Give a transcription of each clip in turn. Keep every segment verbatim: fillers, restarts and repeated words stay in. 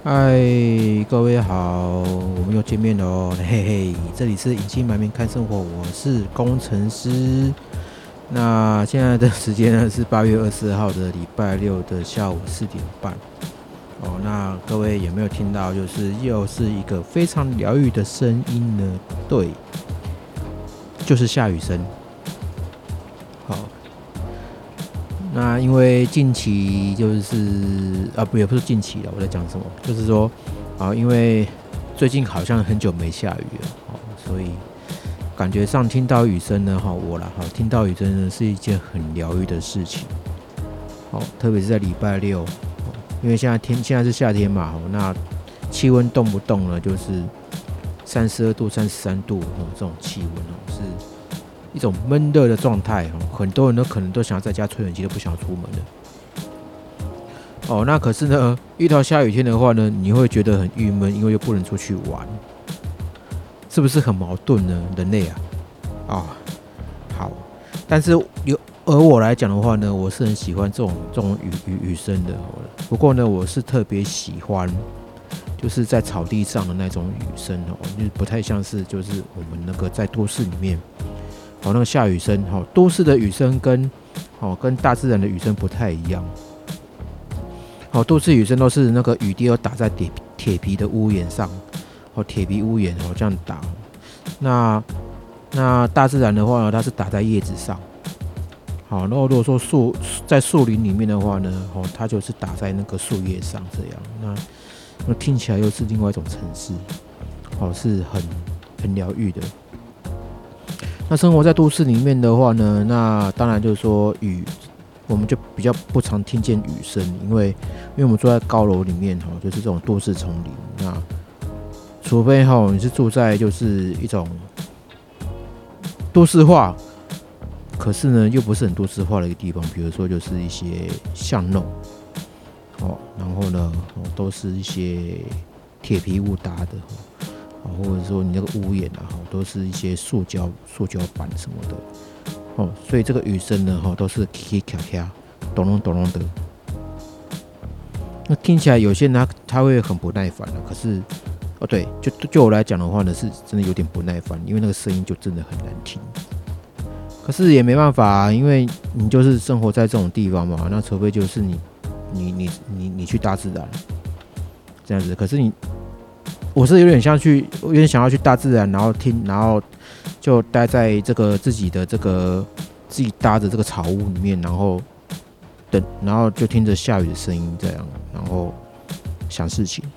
嗨，各位好，我们又见面了哦，嘿嘿，这里是隐姓埋名看生活，我是工程师。那现在的时间呢是八月二十四号的礼拜六的下午四点半。哦，那各位有没有听到？就是又是一个非常疗愈的声音呢？对，就是下雨声。好。那因为近期就是啊，不也不是近期了，我在讲什么？就是说啊，因为最近好像很久没下雨了，哦，所以感觉上听到雨声呢，哈，我啦，哈，听到雨声呢是一件很疗愈的事情，哦，特别是在礼拜六，哦，因为现在天现在是夏天嘛，哦，那气温动不动呢就是三十二度、三十三度，哦，这种气温哦是。一种闷热的状态，很多人都可能都想要在家吹冷气，都不想要出门的。哦，那可是呢，遇到下雨天的话呢，你会觉得很郁闷，因为又不能出去玩，是不是很矛盾呢？人类啊，啊、哦，好，但是有而我来讲的话呢，我是很喜欢这种这种雨雨雨声的。不过呢，我是特别喜欢，就是在草地上的那种雨声哦，就是不太像是就是我们那个在都市里面。哦，那个下雨声，哦，都市的雨声跟哦跟大自然的雨声不太一样。哦，都市雨声都是那个雨滴都打在铁铁皮的屋檐上，哦，铁皮屋檐哦这样打。那那大自然的话呢，它是打在叶子上。好，然后如果说树在树林里面的话呢，哦，它就是打在那个树叶上这样。那那听起来又是另外一种层次，哦，是很很疗愈的。那生活在都市里面的话呢，那当然就是说雨，我们就比较不常听见雨声，因为因为我们住在高楼里面哈，就是这种都市丛林。那除非哈你是住在就是一种都市化，可是呢又不是很都市化的一个地方，比如说就是一些巷弄，哦，然后呢哦都是一些铁皮屋搭的。或者说你那个屋檐啊，都是一些塑胶、塑胶板什么的，哦，所以这个雨声呢，哈，都是咔咔咔、咚隆咚隆的。那听起来有些人他他会很不耐烦的，可是，哦，对，就就我来讲的话呢，是真的有点不耐烦，因为那个声音就真的很难听。可是也没办法啊，因为你就是生活在这种地方嘛，那除非就是你、你、你、你、你去大自然这样子，可是你。我是有点像去，有点想要去大自然，然后听，然后就待在这个自己的这个自己搭的这个草屋里面，然后等，然后就听着下雨的声音这样，然后想事情。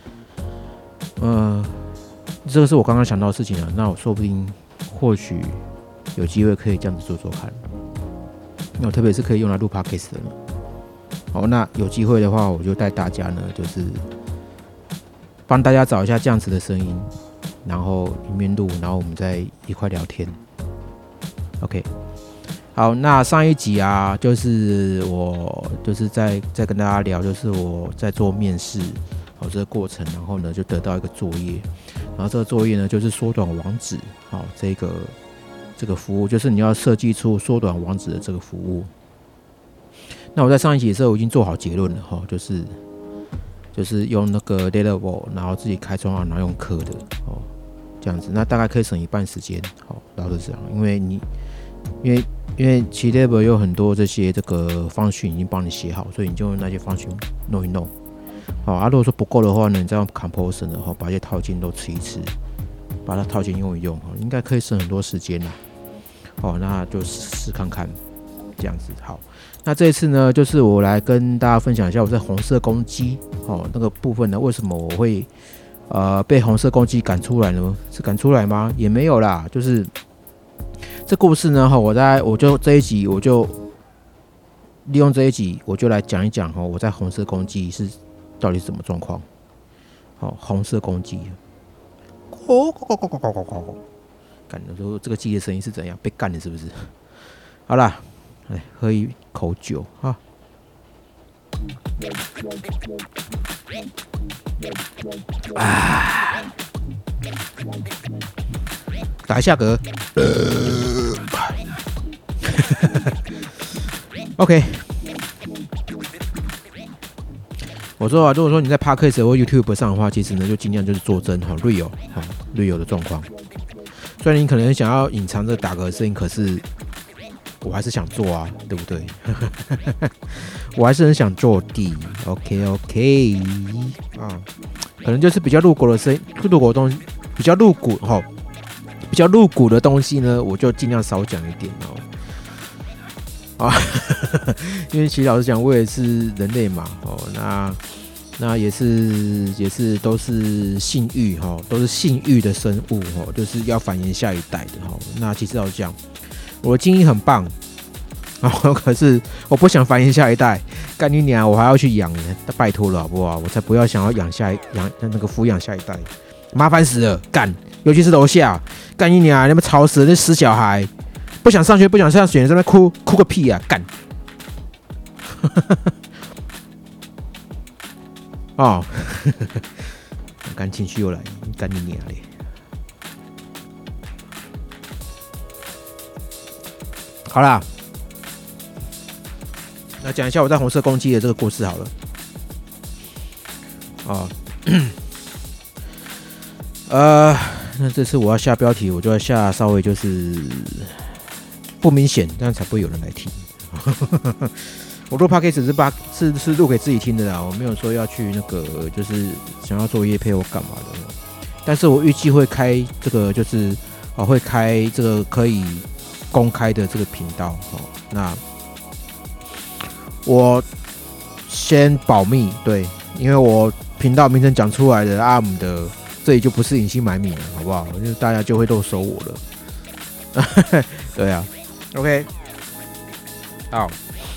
呃，这个是我刚刚想到的事情啊，那我说不定或许有机会可以这样子做做看。那我特别是可以用来录 podcast 的呢。好，那有机会的话，我就带大家呢，就是。帮大家找一下这样子的声音，然后一面录，然后我们再一块聊天。OK， 好，那上一集啊，就是我就是在在跟大家聊，就是我在做面试，好这个过程，然后呢就得到一个作业，然后这个作业呢就是缩短网址，好这个这个服务，就是你要设计出缩短网址的这个服务。那我在上一集的时候我已经做好结论了哈，就是。就是用那个 Laravel， 然后自己开创，然后用刻的哦，这样子，那大概可以省一半时间，好，然后是这样，因为你，因为因为其实 Laravel 有很多这些这个方序已经帮你写好，所以你就用那些方序弄一弄，好啊。如果说不够的话呢，你再用 Composer 的话，把一些套件都吃一吃，把它套件用一用，应该可以省很多时间啦。好，那就试看看，这样子好。那这一次呢，就是我来跟大家分享一下我在红色公鸡哦那个部分呢，为什么我会呃被红色公鸡赶出来呢？是赶出来吗？也没有啦，就是这故事呢，哈，我在我就这一集我就利用这一集，我就来讲一讲哈，我在红色公鸡是到底是什么状况？好，红色公鸡，哦，干的说这个鸡的声音是怎样？被干的是不是？好啦。来喝一口酒哈，啊，打一下嗝。OK， 我说啊，如果说你在 Podcast 或 YouTube 上的话，其实呢就尽量就是做真哈 real 哈 real 的状况。虽然你可能想要隐藏这打嗝的声音，可是我还是想做啊，对不对？我还是很想做的。OK OK 啊，可能就是比较露骨的声音，露骨的东西，比较露骨哈，比较露骨的东西呢，我就尽量少讲一点哦。啊，因为其实老实讲，我也是人类嘛，哦，那那也是也是都是性欲哈，都是性欲的生物哈，就是要繁衍下一代的哈。那其实老实讲，我的基因很棒，哦，可是我不想繁衍下一代，干你娘，我还要去养，拜托了好不好？我才不要想要养下一养那个抚养下一代，麻烦死了，干，尤其是楼下，干你娘，你们吵死了，那死小孩。不想上学，不想上学，在那哭哭个屁啊！干！哦，干情绪又来，干你娘嘞！好啦，那讲一下我在红色公鸡的这个故事好了。哦，呃，那这次我要下标题，我就要下稍微就是。不明显，这样才不会有人来听。我录 podcast 是把是是录给自己听的啦，我没有说要去那个就是想要做业配或干嘛的。但是我预计会开这个就是啊会开这个可以公开的这个频道。哦，那我先保密，对，因为我频道名称讲出来的阿姆的，这里就不是隐姓埋名了，好不好？就大家就会都收我了。对啊。OK， 好。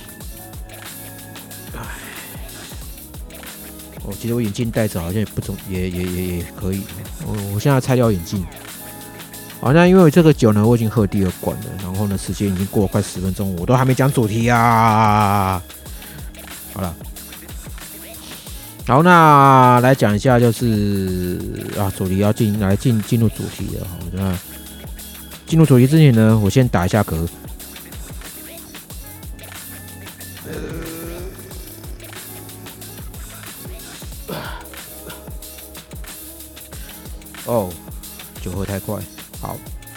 我其实我眼镜戴着好像也不中，也也也也可以。我我现在拆掉眼镜。好，那因为这个酒呢，我已经喝第二罐了，然后呢，时间已经过了快十分钟，我都还没讲主题啊。好了，好，那来讲一下，就是啊，主题要进来进进入主题了。好，那进入主题之前呢，我先打一下嗝。哦，酒喝太快，好。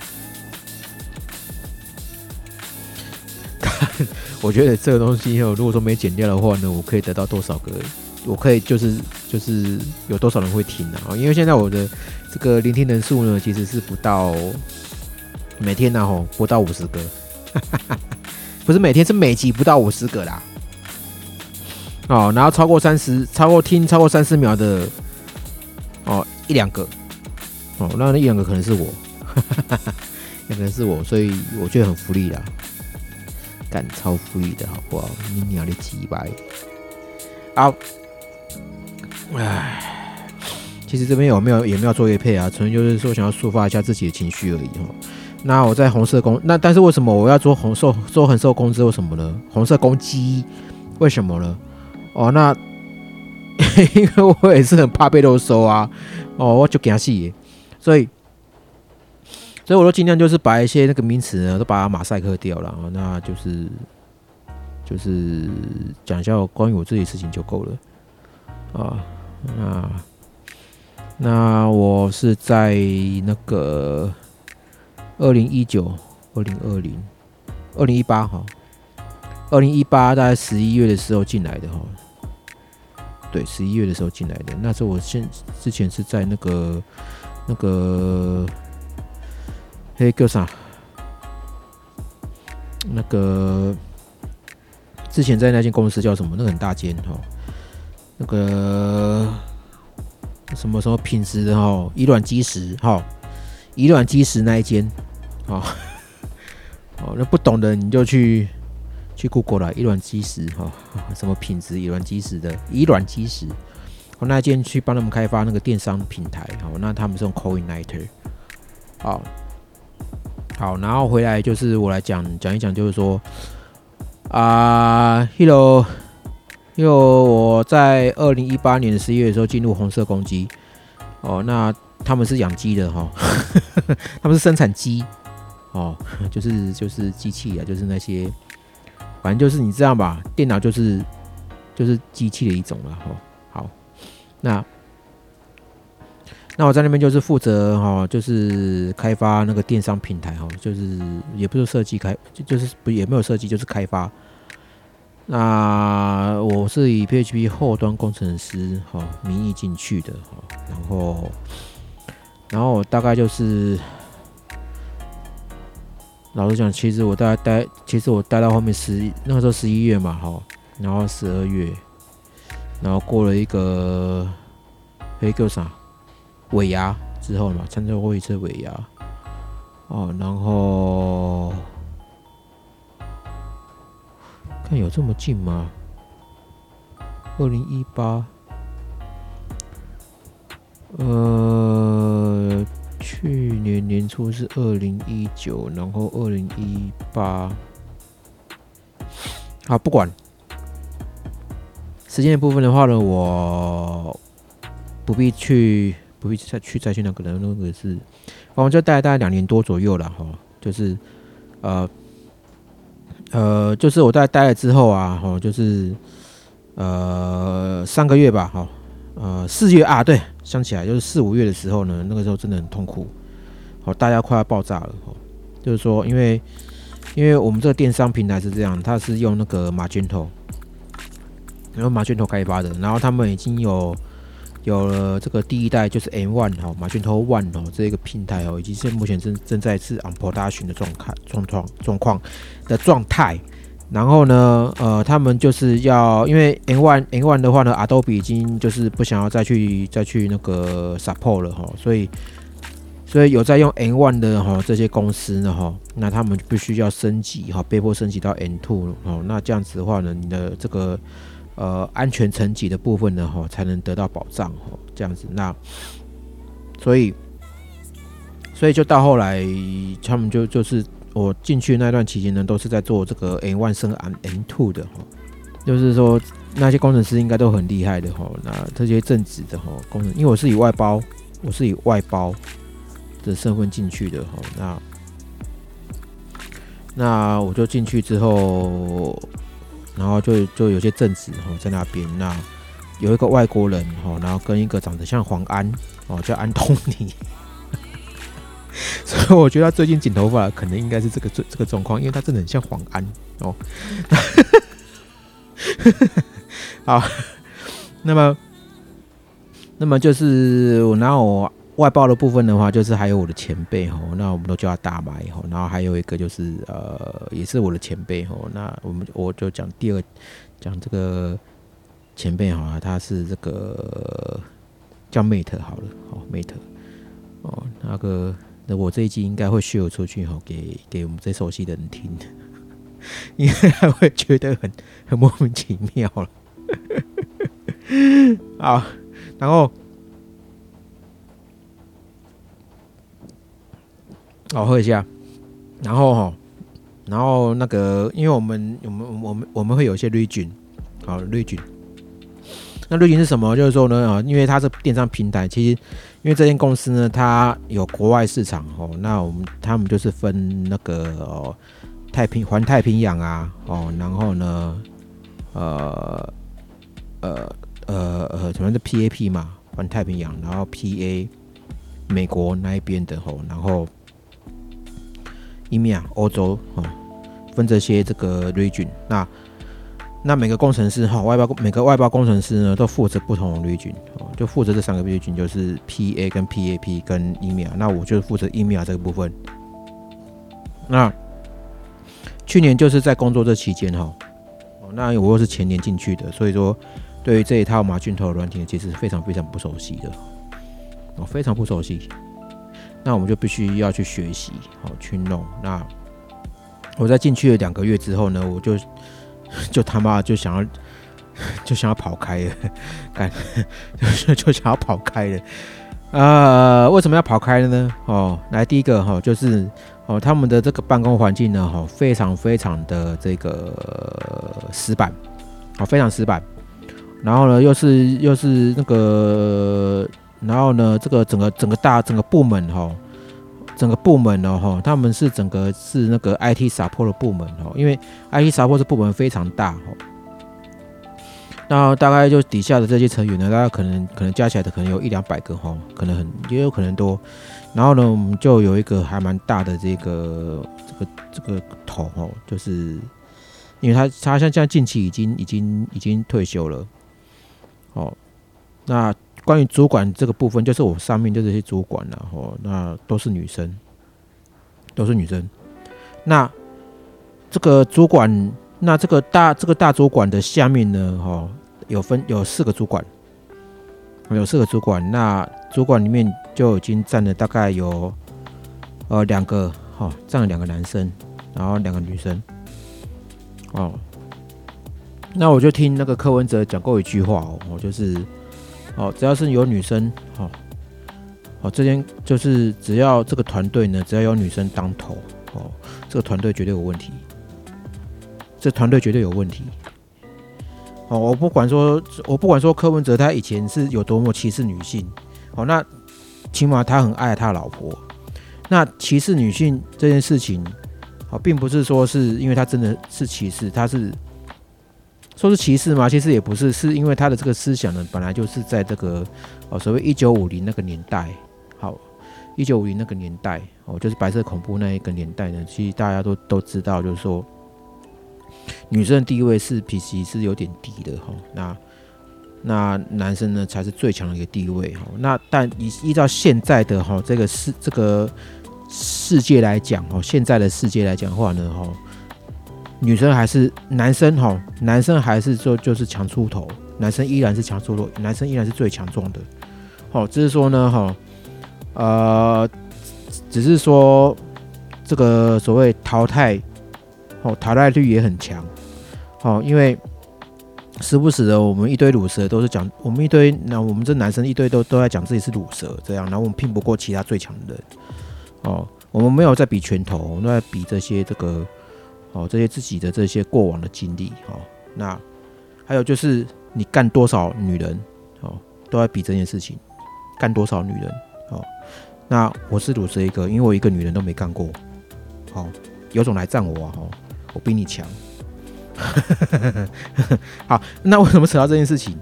我觉得这个东西如果说没剪掉的话呢，我可以得到多少个？我可以就是就是有多少人会听啊？因为现在我的这个聆听人数呢，其实是不到每天呢，吼不到五十个，不是每天，是每集不到五十个啦。哦，然后超过三十，超过听超过三十秒的，哦一两个。哦，那那一两个可能是我，可能是我，所以我觉得很福利啦，干超福利的好不好？你娘的鸡掰！好，唉，其实这边有没有也没有做业配啊，纯粹就是说想要抒发一下自己的情绪而已哈。那我在红色公，那但是为什么我要做红色做红色公司？为什么呢？红色公鸡为什么呢？哦，那因为我也是很怕被肉收啊，哦，我就惊死耶。所以，所以我都尽量就是把一些那个名词呢，都把它马赛克掉了。那就是就是讲一下关于我自己的事情就够了啊。那那我是在那个二零一九、二零二零、二零一八哈，二零一八大概十一月的时候进来的哈。对，十一月的时候进来的。那时候我现之前是在那个。那个，那叫啥？那个之前在那间公司叫什么？那个很大间哈，那个什么什么品质的哈，以卵击石哈，以卵击石那一间，哦，哦，那不懂的你就去去 Google 啦，以卵击石哈，什么品质以卵击石的，以卵击石。我那间去帮他们开发那个电商平台，好，那他们是用 Coiniter， 好，好，然后回来就是我来讲讲一讲，就是说啊 ，Hello， 因为我在二零一八年的十一月的时候进入红色公鸡，哦，那他们是养鸡的哈，他们是生产鸡，哦，就是就是机器啊，就是那些，反正就是你知道吧，电脑就是就是机器的一种了哈。好， 那那我在那边就是负责哈，就是开发那个电商平台哈，就是也不是设计开，就是不也没有设计，就是开发。那我是以 P H P 后端工程师哈名义进去的哈，然后然后我大概就是老实讲，其实我大概待，其实我待到后面十那个时候十一月嘛哈，然后十二月，然后过了一个一个啥尾牙之后嘛，参加过一次尾牙哦，然后。看有这么近吗？二零一八，呃，去年年初是二零一九，然后二零一八，好，不管时间的部分的话呢，我不必去，不必再去再去那个人，那个是，我们就待大概两年多左右了哈，就是呃。呃，就是我大概待了之后啊，吼，就是呃三个月吧，哈，呃四月啊，对，想起来就是四五月的时候呢，那个时候真的很痛苦，好，大家快要爆炸了，吼，就是说，因为因为我们这个电商平台是这样，它是用那个Magento，然后Magento开发的，然后他们已经有有了这个第一代就是 M 一 哈，Magento One 哦，这个平台哦，已经是目前正正在是 on production 的状态状况状况的状态。然后呢，呃，他们就是要因为 M 一 M 一 的话呢 ，Adobe 已经就是不想要再去再去那个 support 了哈，所以所以有在用 M 一 的哈这些公司呢哈，那他们必须要升级哈，被迫升级到 M 二 哦，那这样子的话呢，你的这个呃，安全层级的部分呢，哈，才能得到保障，哈，这样子。那所以，所以就到后来，他们就就是我进去那段期间呢，都是在做这个 M 一 升 M 二 的，哈，就是说那些工程师应该都很厉害的，哈。那这些正职的哈工程，因为我是以外包，我是以外包的身份进去的，哈。那那我就进去之后。然后就就有些正职哈在那边，那有一个外国人哈，然后跟一个长得像黄安哦，叫安东尼，所以我觉得他最近剪头发可能应该是这个这个状况，因为他真的很像黄安哦。好，那么那么就是我然后我外包的部分的话，就是还有我的前辈吼，那我们都叫他大白吼，然后还有一个就是呃，也是我的前辈吼，那我们我就讲第二讲这个前辈哈，他是这个叫 Mate 好了，哦 Mate 哦，那个那我这一集应该会 share 出去哈，给给我们最熟悉的人听，因为他会觉得很很莫名其妙了，好，然后。好，喝一下，然后哈，然后那个，因为我们我们我们我们会有一些 region， 好 region， 那 region 是什么？就是说呢，啊，因为它是电商平台，其实因为这间公司呢，它有国外市场哦，那我们他们就是分那个哦，太平环太平洋啊，哦，然后呢，呃呃呃呃，什么是 P A P 嘛，环太平洋，然后 P A 美国那一边的吼，然后。E M E A 欧洲哦，分这些这个 region， 那那每个工程师哈，外包每个外包工程师呢，都负责不同的 region 哦，就负责这三个 region， 就是 P A 跟 P A P 跟 E M E A， 那我就负责 E M E A 这个部分。那去年就是在工作这期间哈，哦，那我又是前年进去的，所以说对于这一套Magento软体其实非常非常不熟悉的，哦，非常不熟悉。那我们就必须要去学习，好去弄。那我在进去了两个月之后呢，我就就他妈就想要就想要跑开了，干就就想要跑开了。呃，为什么要跑开了呢？哦，来第一个哈，就是哦他们的这个办公环境呢，哈非常非常的这个死板，好非常死板。然后呢，又是又是那个。然后呢，这个整个整个大整个部门哈，整个部门呢哈，他们是整个是那个 I T support 的部门哈，因为 I T support 这部门非常大哈。 那大概就底下的这些成员呢，大概可能可能加起来的可能有一两百个哈，可能很也有可能多。然后呢，我们就有一个还蛮大的这个这个这个头哦，就是因为他他像像近期已经已经已经退休了哦。那关于主管这个部分，就是我上面就这些主管了哦，那都是女生，都是女生。那这个主管，那这个大这个大主管的下面呢，哦，有分有四个主管，有四个主管。那主管里面就已经占了大概有呃两个，哦，占了两个男生，然后两个女生，哦。那我就听那个柯文哲讲过一句话哦，就是哦，只要是有女生，哦，哦，这边就是只要这个团队呢，只要有女生当头，哦，这个团队绝对有问题，这团队绝对有问题。哦，我不管说，我不管说柯文哲他以前是有多么歧视女性，哦，那起码他很爱他老婆。那歧视女性这件事情，哦，并不是说是因为他真的是歧视，他是说是歧视吗？其实也不是，是因为他的这个思想呢，本来就是在这个哦所谓一九五零那个年代，好，一九五零那个年代，哦，就是白色恐怖那一个年代呢，其实大家都都知道，就是说女生的地位是其实是有点低的哈，那那男生呢才是最强的一个地位哈。那但依依照现在的哈这个世这个世界来讲哈，现在的世界来讲的话呢哈。女生还是男生哈，男生还是说就是强出头，男生依然是强出头，男生依然是最强壮的。好，只是说呢哈，呃，只是说这个所谓淘汰，哦，淘汰率也很强。哦，因为时不时的我们一堆乳蛇都是讲，我们一堆那我们这男生一堆都都在讲自己是乳蛇这样，然后我们拼不过其他最强的人。哦，我们没有在比拳头，我们在比这些这个。哦，这些自己的这些过往的经历，哦，那还有就是你干多少女人，哦，都在比这件事情，干多少女人，哦，那我是乳蛇一个，因为我一个女人都没干过，哦，有种来战我啊，哦，我比你强。好，那为什么扯到这件事情？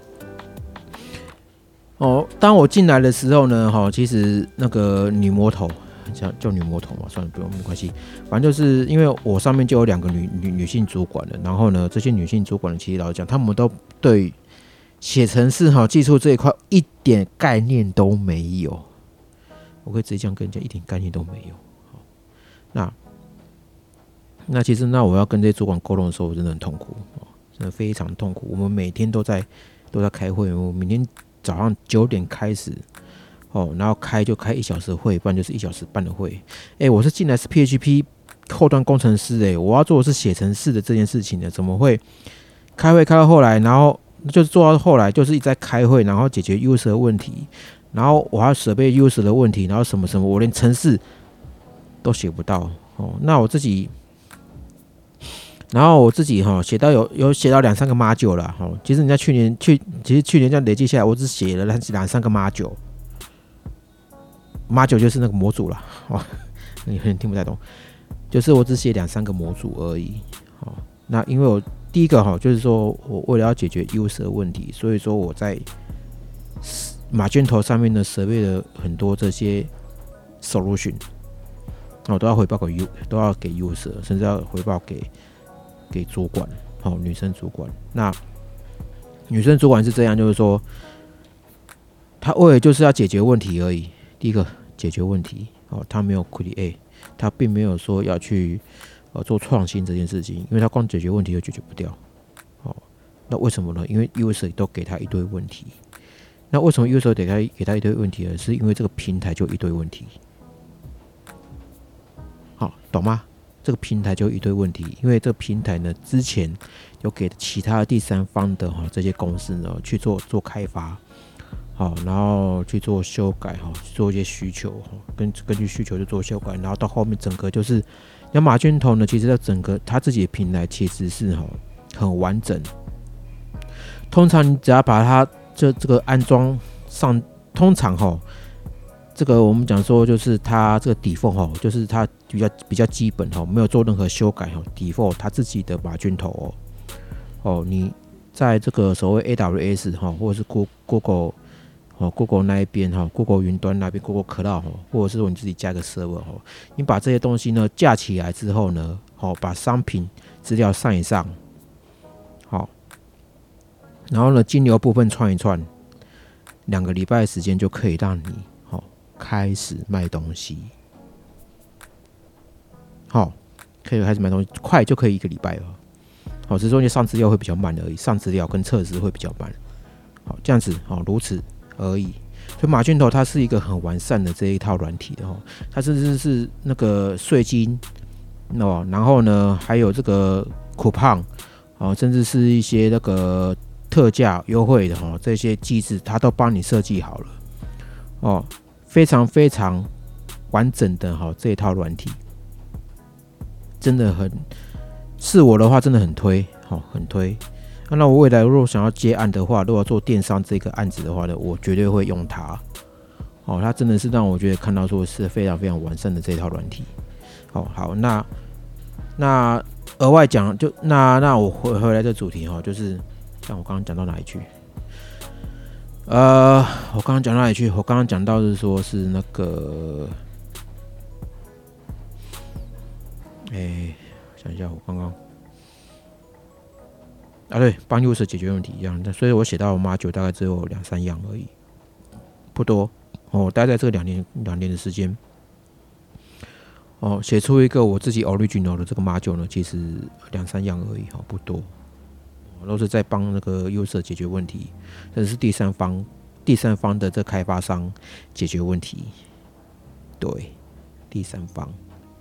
哦，当我进来的时候呢，哈，其实那个女魔头。叫叫女魔头嘛，算了，不用，没关系。反正就是因为我上面就有两个女女女性主管了，然后呢，这些女性主管其实老实讲，她们都对写程式哈技术这一块一点概念都没有。我可以直接这样跟人家，一点概念都没有。那那其实那我要跟这些主管沟通的时候，我真的很痛苦，真的非常痛苦。我们每天都在都在开会，我每天早上九点开始。哦，然后开就开一小时的会，不然就是一小时半的会。哎、欸，我是进来是 P H P 后端工程师、欸，哎，我要做的是写程式的这件事情呢，怎么会开会开到后来，然后就是做到后来就是一直在开会，然后解决 user 的问题，然后我还要设备 user 的问题，然后什么什么，我连程式都写不到。哦，那我自己，然后我自己哈写到有有写到两三个 module 了，哈，其实人家去年去，其实去年这样累计下来，我只写了两三个 module。module 就是那个模组啦，哦，你有点听不太懂，就是我只写两三个模组而已。哦，那因为我第一个哈，就是说我为了要解决 user 的问题，所以说我在马卷头上面呢设备了很多这些 solution， 我都要回报给 u 都要给 user， 甚至要回报给给主管，好，女生主管。那女生主管是这样，就是说，她为了就是要解决问题而已。第一个。解决问题，哦，他没有 create， 他并没有说要去呃做创新这件事情，因为他光解决问题就解决不掉，哦，那为什么呢？因为 user 都给他一堆问题，那为什么 user 给他给他一堆问题呢？是因为这个平台就一堆问题，好，懂吗？这个平台就一堆问题，因为这个平台呢之前有给其他第三方的哈这些公司呢去做做开发。好，然后去做修改哈，做一些需求哈，根根据需求就做修改，然后到后面整个就是亚马逊头呢，其实它整个它自己的平台其实是哈很完整。通常你只要把它这这个安装上，通常哈这个我们讲说就是它这个 default 哈，就是它比较比较基本哈，没有做任何修改哈 ，default 它自己的马逊头哦，哦你在这个所谓 A W S 哈，或者是 Google 哦 Google 那一边哈 ，Google 云端那边 Google Cloud 或者是说你自己加个 server 哈，你把这些东西呢架起来之后呢，好把商品资料上一上，好，然后呢金流部分串一串，两个礼拜的时间就可以让你好开始卖东西，好，可以开始卖东西，快就可以一个礼拜了。好，只是说你上资料会比较慢而已，上资料跟测试会比较慢。好，这样子，好，如此而已。所以马俊头它是一个很完善的这一套软体的哈，它甚至是那个税金哦，然后呢还有这个 coupon 哦，甚至是一些那个特价优惠的哈，这些机制它都帮你设计好了哦，非常非常完整的哈这一套软体，真的很。是我的话，真的很推，好，很推。啊、那我未来如果想要接案的话，如果要做电商这个案子的话呢，我绝对会用它。哦，它真的是让我觉得看到说是非常非常完善的这套软体。好好，那那额外讲，就那那我回回来这主题哈，就是像我刚刚讲到哪里去？呃，我刚刚讲到哪里去？我刚刚讲到是说是那个，哎、欸。想一下，我刚刚啊，对，帮 user 解决问题一样，所以我写到 module 大概只有两三样而已，不多哦。待在这两年两年的时间，哦，写出一个我自己 original 的这个 module 呢，其实两三样而已，哦，不多。都是在帮那个 user 解决问题，这是第三方第三方的这开发商解决问题，对，第三方。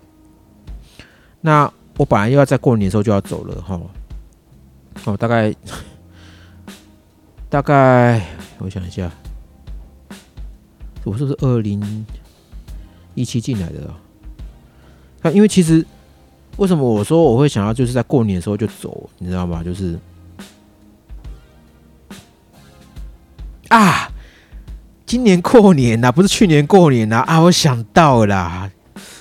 那我本来又要在过年的时候就要走了哈，哦，大概大概我想一下，我是不是二零一七进来的啊？那因为其实为什么我说我会想要就是在过年的时候就走，你知道吗？就是啊，今年过年呐，不是去年过年呐啊，我想到了啦。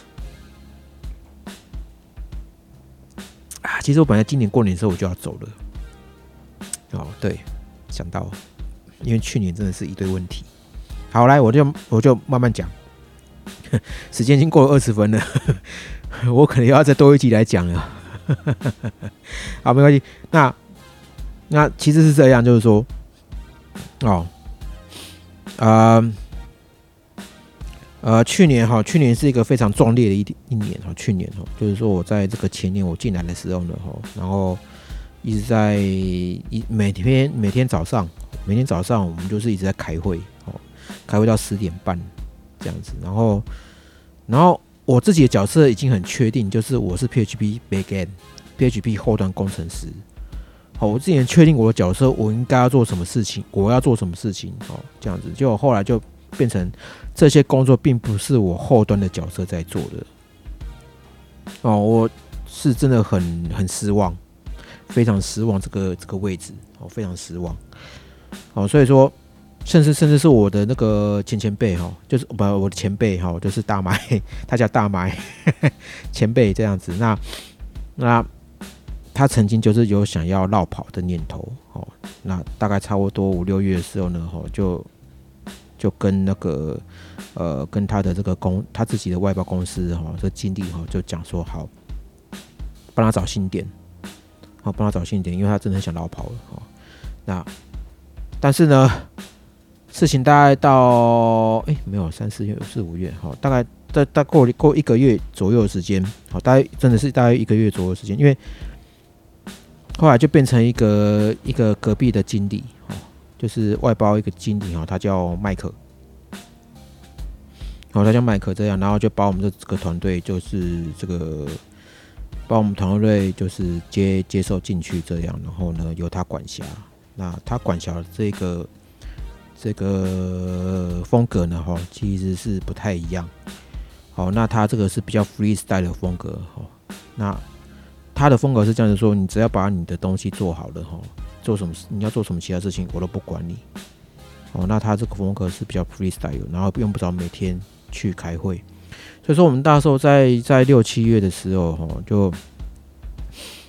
其实我本来今年过年的时候我就要走了，哦，对，想到了，因为去年真的是一堆问题。好，来，我就我就慢慢讲，时间已经过了二十分了，我可能要再多一集来讲了。好，没关系。那那其实是这样，就是说，哦，呃。呃，去年哈，去年是一个非常壮烈的一一年哈。去年哈，就是说我在这个前年我进来的时候呢，哈，然后一直在一每天每天早上，每天早上我们就是一直在开会，哦，开会到十点半这样子。然后，然后我自己的角色已经很确定，就是我是 P H P backend、P H P 后端工程师。好，我自己很确定我的角色，我应该要做什么事情，我要做什么事情，哦，这样子。就后来就变成这些工作并不是我后端的角色在做的，哦，我是真的很很失望，非常失望这个这个位置，哦，非常失望，哦，所以说，甚至甚至是我的那个前前辈哈，就是不我的前辈哈，就是大麦，他叫大麦前辈这样子，那那他曾经就是有想要绕跑的念头，哦，那大概差不多五六月的时候呢，哦，就。就跟那个呃，跟他的这个公他自己的外包公司哈，这个经理哈，就讲说好，帮他找新店，好帮他找新店，因为他真的很想绕跑了哈。那但是呢，事情大概到哎、欸、没有三四月四五月哈，大概大大过过一个月左右的时间，好，大概真的是大概一个月左右的时间，因为后来就变成一个一个隔壁的经理哈。就是外包一个经理哈，他叫麦克，然后他叫麦克这样，然后就把我们这个团队就是这个，把我们团队就是接接受进去这样，然后呢由他管辖。那他管辖的这个这个风格呢哈，其实是不太一样。好，那他这个是比较 freestyle 的风格哈。那他的风格是这样子说，你只要把你的东西做好了哈。做什么？你要做什么其他事情，我都不管你。哦，那他这个风格是比较 freestyle， 然后用不着每天去开会。所以说，我们那时候在在六七月的时候，哈，就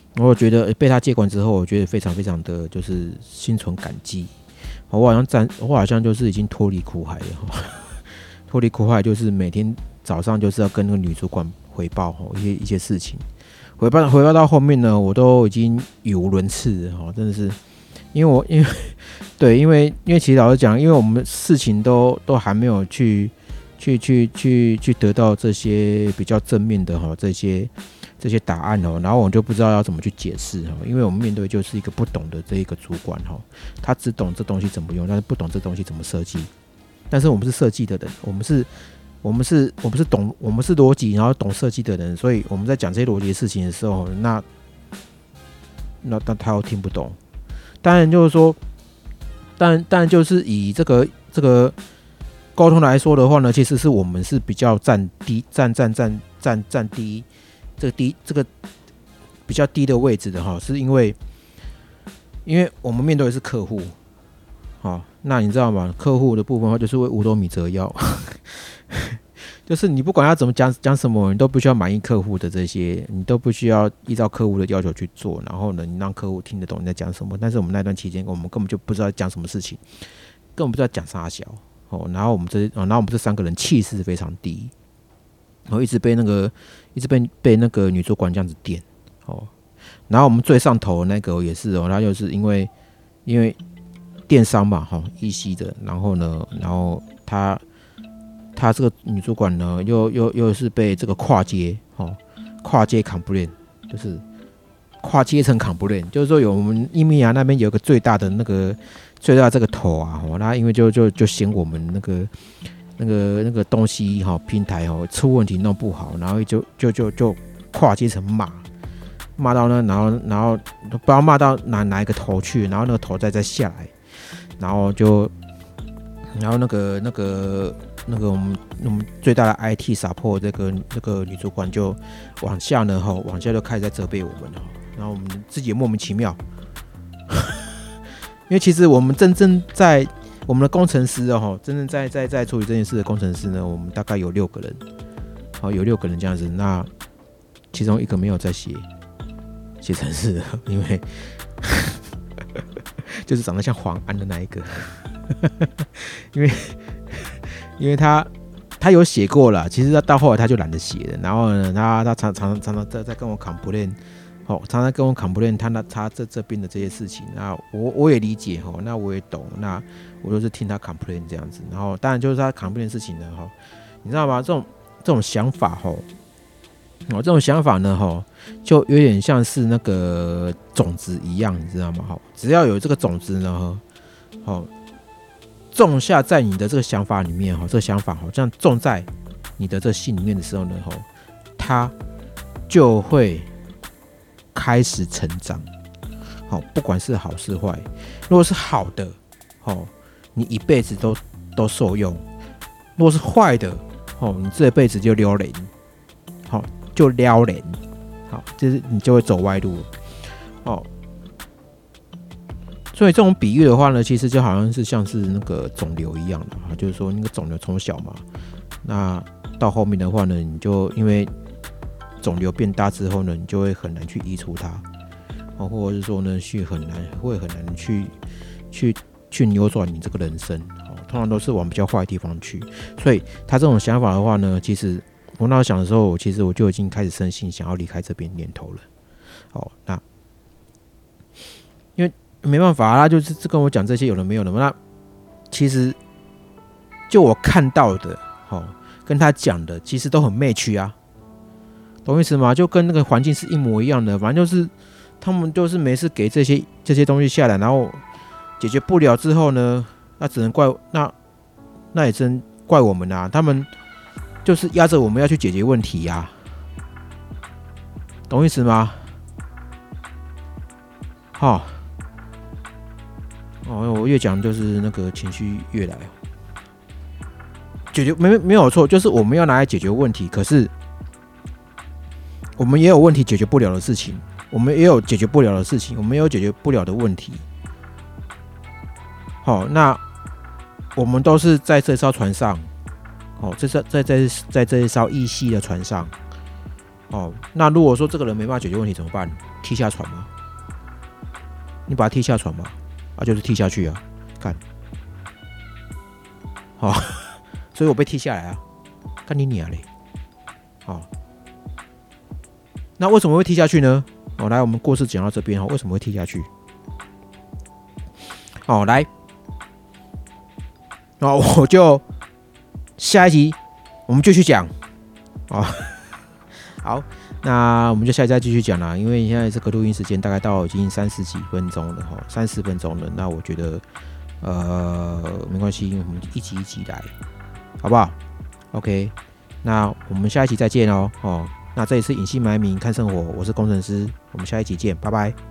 我觉得被他接管之后，我觉得非常非常的就是心存感激。我好像暂，我好像就是已经脱离苦海了，脱离苦海就是每天早上就是要跟那个女主管回报一些一些事情，回报回报到后面呢，我都已经语无伦次了，真的是，因为我因为对，因为因为其实老实讲，因为我们事情都都还没有去去去去去得到这些比较正面的哈这些。这些答案哦，然后我就不知道要怎么去解释哦，因为我们面对就是一个不懂的这一个主管哦，他只懂这东西怎么用，但是不懂这东西怎么设计。但是我们是设计的人，我们是，我们是，我们是懂，我们是逻辑，然后懂设计的人，所以我们在讲这些逻辑的事情的时候，那那那他又听不懂。当然就是说，当然当然就是以这个这个沟通来说的话呢，其实是我们是比较占低占占占占占第一。这个低这个比较低的位置的哈，是因为因为我们面对的是客户，好，那你知道吗？客户的部分的话就是为五斗米折腰，就是你不管他怎么讲讲什么，你都不需要满意客户的这些，你都不需要依照客户的要求去做，然后呢，你让客户听得懂你在讲什么。但是我们那段期间，我们根本就不知道讲什么事情，根本不知道讲啥小哦。然后我们这，然后我们这三个人气势非常低。然后一直被那个，一直被被那个女主管这样子电，哦，然后我们最上头的那个也是哦，他就是因为因为电商嘛，哈，一系的，然后呢，然后他他这个女主管呢，又又又是被这个跨阶，哦，跨阶 complain， 就是跨阶层 complain， 就是说有我们伊米亚那边有一个最大的那个最大的这个头啊，哦，他因为就就就嫌我们那个。那个那个东西哈，平台哈出问题弄不好，然后就就就就跨阶层骂，骂到呢，然后然后不知道骂到哪哪一个头去，然后那个头再再下来，然后就然后那个那个那个我们我们最大的 I T support 这个这个女主管就往下呢哈，往下就开始在责备我们了，然后我们自己也莫名其妙，因为其实我们真正在我们的工程师哦，真正在在在处理这件事的工程师呢，我们大概有六个人，好，有六个人这样子。那其中一个没有在写写程式的，因为就是长得像黄安的那一个，因为因为他他有写过了，其实他到后来他就懒得写了。然后呢，他他常常常常在在跟我 complain。哦，常常跟我 complain 他那他这这边的这些事情，那我我也理解哈，那我也懂，那我就是听他 complain 这样子，然后当然就是他 complain 的事情呢哈，你知道吗？这种这种想法哈，哦这种想法呢哈，就有点像是那个种子一样，你知道吗？哈，只要有这个种子呢，哈，种下在你的这个想法里面哈，这个想法好像种在你的这心里面的时候呢，哈，它就会开始成长，好，不管是好是坏，如果是好的，好，你一辈子都都受用；如果是坏的，好，你这辈子就撩人，好，就撩人，好，就是你就会走歪路，哦。所以这种比喻的话呢，其实就好像是像是那个肿瘤一样的，就是说那个肿瘤从小嘛，那到后面的话呢，你就因为肿瘤变大之后呢，你就会很难去移除它，哦，或者是说呢，去很难会很难去去去扭转你这个人生，哦，通常都是往比较坏的地方去。所以他这种想法的话呢，其实我那时候想的时候，其实我就已经开始生性想要离开这边念头了。哦，那因为没办法，他就是跟我讲这些有的没有的，那其实就我看到的，哦，跟他讲的，其实都很match啊。懂意思吗？就跟那个环境是一模一样的，反正就是他们就是每次给这些这些东西下来，然后解决不了之后呢，那只能怪那那也真怪我们啊！他们就是压着我们要去解决问题呀，啊，懂意思吗？好，哦，我越讲就是那个情绪越来，解决没没有错，就是我们要拿来解决问题，可是我们也有问题解决不了的事情，我们也有解决不了的事情，我们也有解决不了的问题。好，那我们都是在这艘船上，哦，这是在在在这一艘异系的船上，哦，那如果说这个人没办法解决问题怎么办？ 踢下船吗？你把它踢下船嘛，啊，就是踢下去啊，看，好、哦，所以我被踢下来啊，干你娘嘞，好、哦，那为什么会踢下去呢？哦，来，我们故事讲到这边哦，为什么会踢下去？哦，来，哦，我就下一集我们继续讲，哦，好。那我们就下一再继续讲啦，因为现在这个录音时间大概到已经三十几分钟了哈，三十分钟了。那我觉得，呃，没关系，我们一集一集来，好不好 ？OK， 那我们下一集再见哦。哦，那这里是隐姓埋名看生活，我是工程师，我们下一集见，拜拜。